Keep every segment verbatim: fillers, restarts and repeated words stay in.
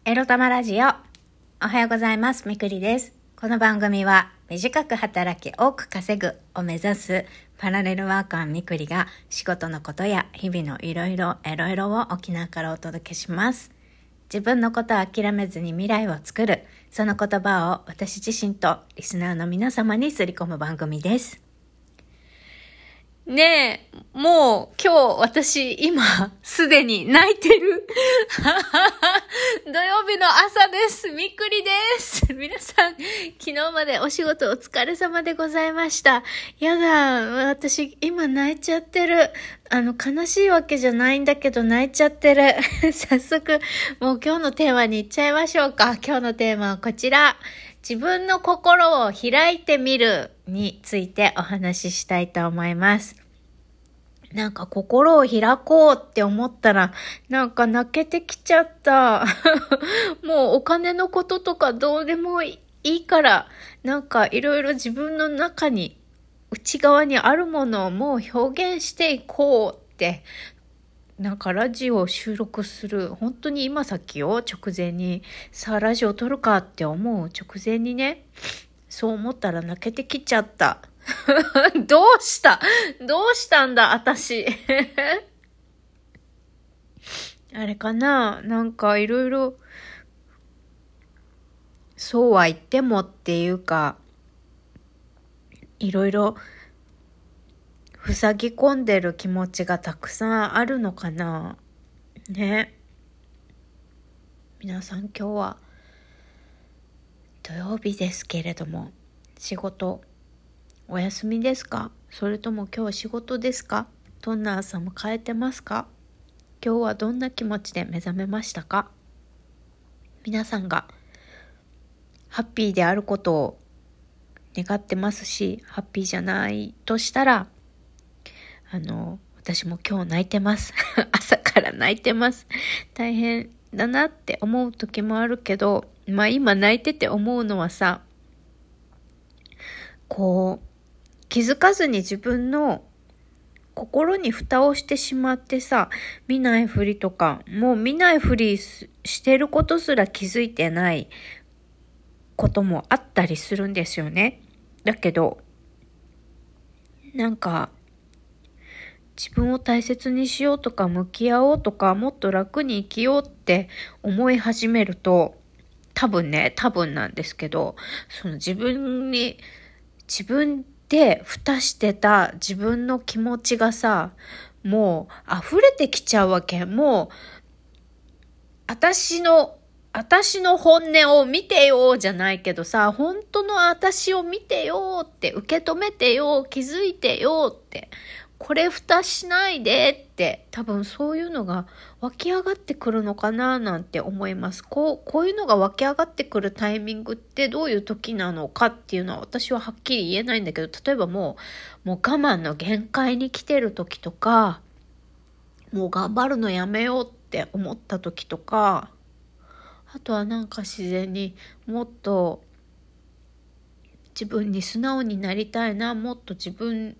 エロ玉ラジオ。おはようございます。みくりです。この番組は短く働き多く稼ぐを目指すパラレルワーカーみくりが仕事のことや日々のいろいろエロエロを沖縄からお届けします。自分のことを諦めずに未来を作る、その言葉を私自身とリスナーの皆様にすり込む番組です。ねえ、もう今日私今すでに泣いてる土曜日の朝です。みくりです。皆さん昨日までお仕事お疲れ様でございました。やだ、私今泣いちゃってる。あの悲しいわけじゃないんだけど泣いちゃってる早速もう今日のテーマに行っちゃいましょうか。今日のテーマはこちら。自分の心を開いてみるについてお話ししたいと思います。なんか心を開こうって思ったらなんか泣けてきちゃったもうお金のこととかどうでもいいからなんかいろいろ自分の中に内側にあるものをもう表現していこうってなんかラジオを収録する本当に今さっきを直前にさあラジオ撮るかって思う直前にねそう思ったら泣けてきちゃったどうしたどうしたんだ私あれかななんかいろいろそうは言ってもっていうかいろいろ塞ぎ込んでる気持ちがたくさんあるのかなね。皆さん今日は土曜日ですけれども仕事お休みですか？それとも今日仕事ですか？どんな朝も変えてますか？今日はどんな気持ちで目覚めましたか？皆さんがハッピーであることを願ってますし、ハッピーじゃないとしたら、あの、私も今日泣いてます。朝から泣いてます。大変だなって思う時もあるけど、まあ今泣いてて思うのはさ、こう、気づかずに自分の心に蓋をしてしまってさ、見ないふりとか、もう見ないふりしてることすら気づいてないこともあったりするんですよね。だけど、なんか、自分を大切にしようとか向き合おうとかもっと楽に生きようって思い始めると、多分ね、多分なんですけど、その自分に、自分で蓋してた自分の気持ちがさ、もう溢れてきちゃうわけ。もう、私の、私の本音を見てよじゃないけどさ、本当の私を見てよって、受け止めてよ、気づいてよって、これ蓋しないでって、多分そういうのが湧き上がってくるのかななんて思います。こう、こういうのが湧き上がってくるタイミングってどういう時なのかっていうのは私ははっきり言えないんだけど、例えばもう、もう我慢の限界に来てる時とか、もう頑張るのやめようって思った時とか、あとはなんか自然にもっと自分に素直になりたいな、もっと自分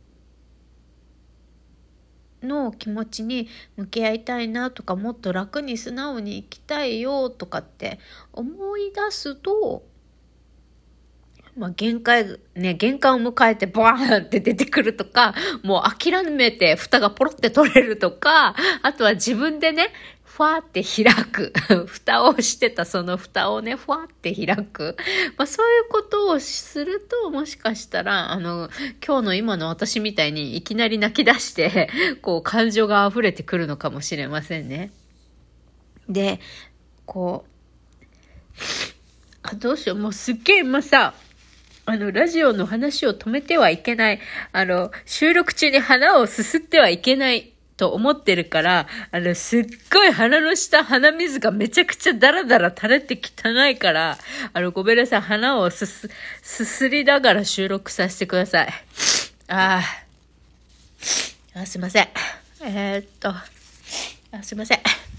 の気持ちに向き合いたいなとかもっと楽に素直に生きたいよとかって思い出すと、まあ、限界ね限界を迎えてバーンって出てくるとか、もう諦めて蓋がポロって取れるとか、あとは自分でねふわーって開く蓋をしてたその蓋をねふわーって開く、まあ、そういうことをするともしかしたらあの今日の今の私みたいにいきなり泣き出してこう感情が溢れてくるのかもしれませんね。でこうあどうしようもうすっげえ今さあのラジオの話を止めてはいけない、あの収録中に鼻をすすってはいけないと思ってるから、あの、すっごい鼻の下、鼻水がめちゃくちゃダラダラ垂れて汚いから、あの、ごめんなさい、鼻をすす、すすりながら収録させてください。あーあ、すいません。えー、っと、あ、すいません。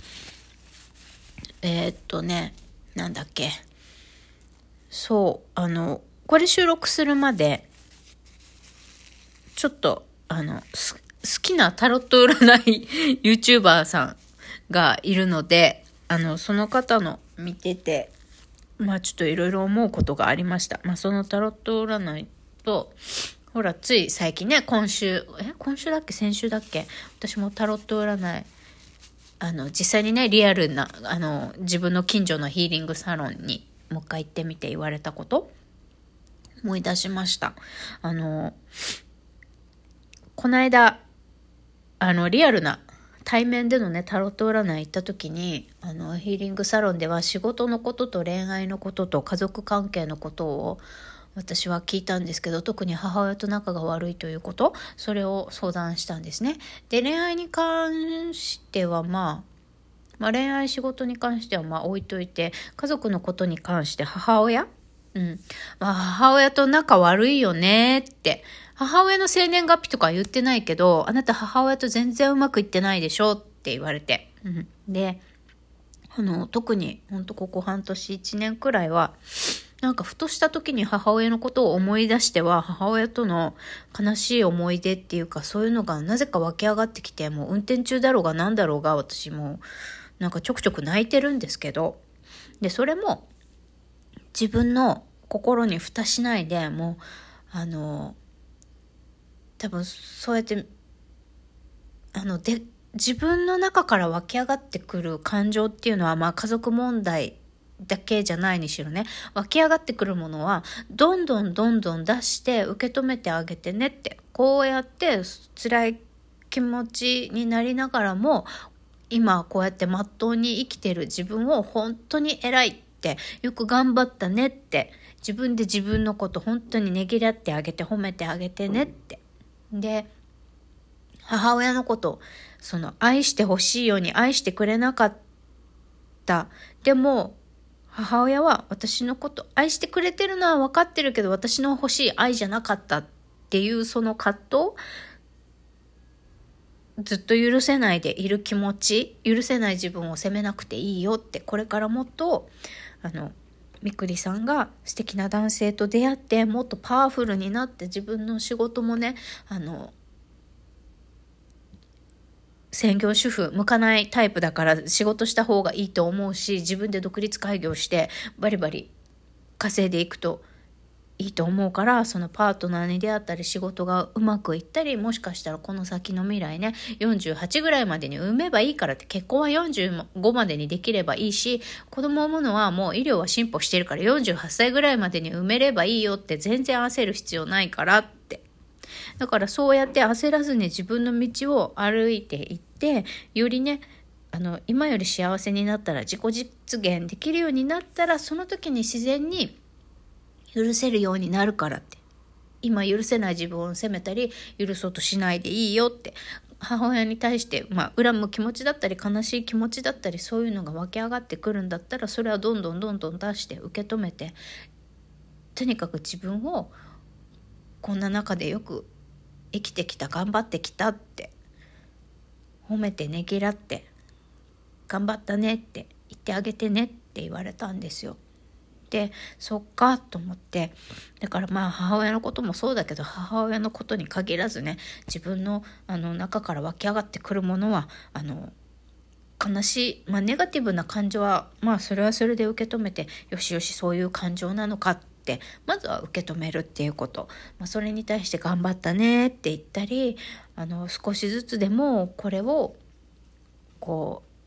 えー、っとね、なんだっけ。そう、あの、これ収録するまで、ちょっと、あの、好きなタロット占い YouTuber さんがいるので、 あの、その方の見てて、まあちょっといろいろ思うことがありました。まあそのタロット占いと、ほら、つい最近ね、今週、え今週だっけ先週だっけ私もタロット占い、あの、実際にね、リアルな、あの、自分の近所のヒーリングサロンにもう一回行ってみて言われたこと思い出しました。あの、この間、あの、リアルな対面でのね、タロット占い行った時に、あの、ヒーリングサロンでは仕事のことと恋愛のことと家族関係のことを私は聞いたんですけど、特に母親と仲が悪いということ、それを相談したんですね。で、恋愛に関しては、まあ、まあ、恋愛仕事に関してはまあ置いといて、家族のことに関して母親うん。まあ、母親と仲悪いよねって。母親の生年月日とかは言ってないけど、あなた母親と全然うまくいってないでしょって言われて。うん、で、あの、特にほんとここ半年いちねんくらいは、なんかふとした時に母親のことを思い出しては、母親との悲しい思い出っていうか、そういうのがなぜか湧き上がってきて、もう運転中だろうが何だろうが、私もなんかちょくちょく泣いてるんですけど、で、それも自分の心に蓋しないで、もう、あの、多分そうやって、あの、で、自分の中から湧き上がってくる感情っていうのは、まあ家族問題だけじゃないにしろね、湧き上がってくるものはどんどんどんどん出して受け止めてあげてねって、こうやって辛い気持ちになりながらも今こうやってまっとうに生きてる自分を本当に偉いって、よく頑張ったねって、自分で自分のこと本当にねぎらってあげて褒めてあげてねって。で、母親のことその愛してほしいように愛してくれなかった。でも母親は私のこと愛してくれてるのは分かってるけど、私の欲しい愛じゃなかったっていうその葛藤、ずっと許せないでいる気持ち、許せない自分を責めなくていいよって、これからもっとあのみくりさんが素敵な男性と出会ってもっとパワフルになって、自分の仕事もね、あの専業主婦向かないタイプだから仕事した方がいいと思うし、自分で独立開業してバリバリ稼いでいくといいと思うから、そのパートナーに出会ったり仕事がうまくいったり、もしかしたらこの先の未来ね、よんじゅうはちぐらいまでに産めばいいからって、結婚はよんじゅうごまでにできればいいし、子供を産むのはもう医療は進歩してるからよんじゅうはっさいぐらいまでに産めればいいよって、全然焦る必要ないからって。だからそうやって焦らずに自分の道を歩いていって、よりね、あの今より幸せになったら、自己実現できるようになったら、その時に自然に許せるようになるからって。今許せない自分を責めたり許そうとしないでいいよって、母親に対して、まあ、恨む気持ちだったり悲しい気持ちだったり、そういうのが湧き上がってくるんだったら、それはどんどんどんどん出して受け止めて、とにかく自分をこんな中でよく生きてきた、頑張ってきたって褒めてねぎらって、頑張ったねって言ってあげてねって言われたんですよ。で、そっかと思って、だからまあ母親のこともそうだけど、母親のことに限らずね、自分のあの中から湧き上がってくるものは、あの悲しい、まあネガティブな感情はまあそれはそれで受け止めて、よしよしそういう感情なのかってまずは受け止めるっていうこと、まあ、それに対して頑張ったねって言ったり、あの少しずつでもこれをこう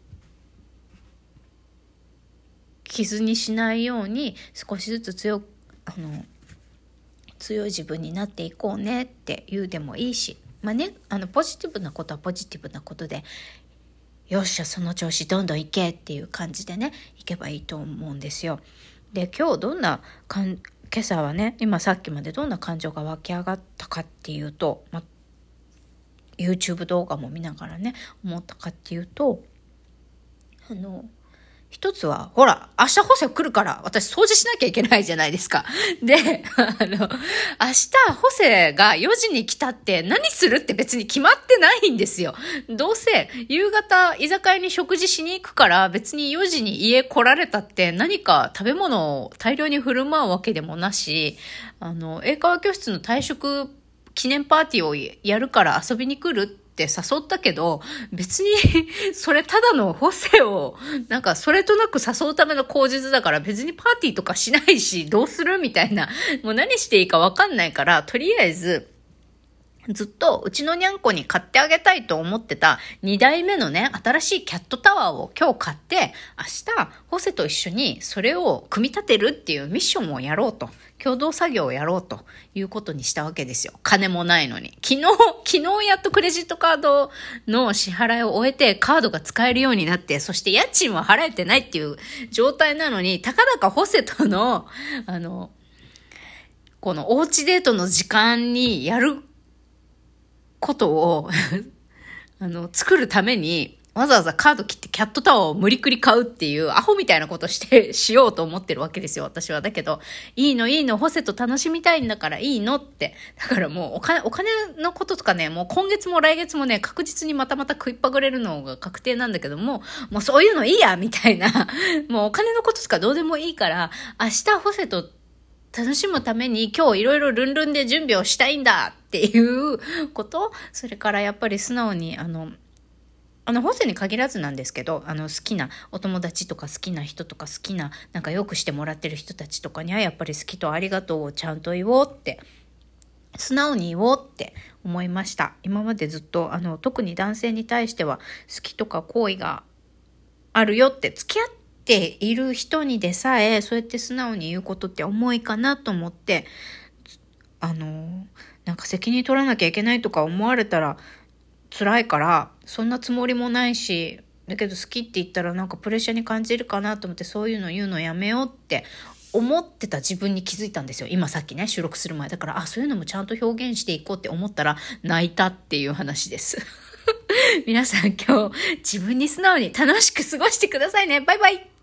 傷にしないように少しずつ強くあの強い自分になっていこうねって言うでもいいし、まあね、あのポジティブなことはポジティブなことで、よっしゃその調子どんどんいけっていう感じでね、いけばいいと思うんですよ。で、今日どんなかん今朝はね、今さっきまでどんな感情が湧き上がったかっていうと、まあ、YouTube 動画も見ながらね思ったかっていうと、あの一つは、ほら、明日補正来るから、私掃除しなきゃいけないじゃないですか。で、あの、明日補正がよじに来たって何するって別に決まってないんですよ。どうせ、夕方居酒屋に食事しに行くから別によじに家来られたって何か食べ物を大量に振る舞うわけでもなし、あの、英会話教室の退職記念パーティーをやるから遊びに来るって誘ったけど、別にそれただのホセをなんかそれとなく誘うための口実だから別にパーティーとかしないしどうするみたいな、もう何していいかわかんないから、とりあえずずっとうちのにゃんこに買ってあげたいと思ってたにだいめのね、新しいキャットタワーを今日買って、明日ホセと一緒にそれを組み立てるっていうミッションをやろうと、共同作業をやろうということにしたわけですよ。金もないのに。昨日、昨日やっとクレジットカードの支払いを終えてカードが使えるようになって、そして家賃は払えてないっていう状態なのに、たかだかホセとの、あの、このおうちデートの時間にやることをあの作るためにわざわざカード切ってキャットタワーを無理くり買うっていうアホみたいなことしてしようと思ってるわけですよ、私は。だけど、いいのいいの、ホセと楽しみたいんだからいいのって。だからもうお金、お金のこととかね、もう今月も来月もね、確実にまたまた食いっぱぐれるのが確定なんだけども、もうそういうのいいやみたいな、もうお金のこととかどうでもいいから、明日ホセと楽しむために今日いろいろルンルンで準備をしたいんだっていうこと、それからやっぱり素直にあのあのホセに限らずなんですけど、あの好きなお友達とか好きな人とか好きななんかよくしてもらってる人たちとかにはやっぱり好きとありがとうをちゃんと言おうって、素直に言おうって思いました。今までずっとあの特に男性に対しては好きとか好意があるよって、付き合ってている人にでさえそうやって素直に言うことって重いかなと思って、あのなんか責任取らなきゃいけないとか思われたら辛いから、そんなつもりもないし、だけど好きって言ったらなんかプレッシャーに感じるかなと思って、そういうの言うのやめようって思ってた自分に気づいたんですよ、今さっきね、収録する前だから。あ、そういうのもちゃんと表現していこうって思ったら泣いたっていう話です皆さん今日自分に素直に楽しく過ごしてくださいね。バイバイ。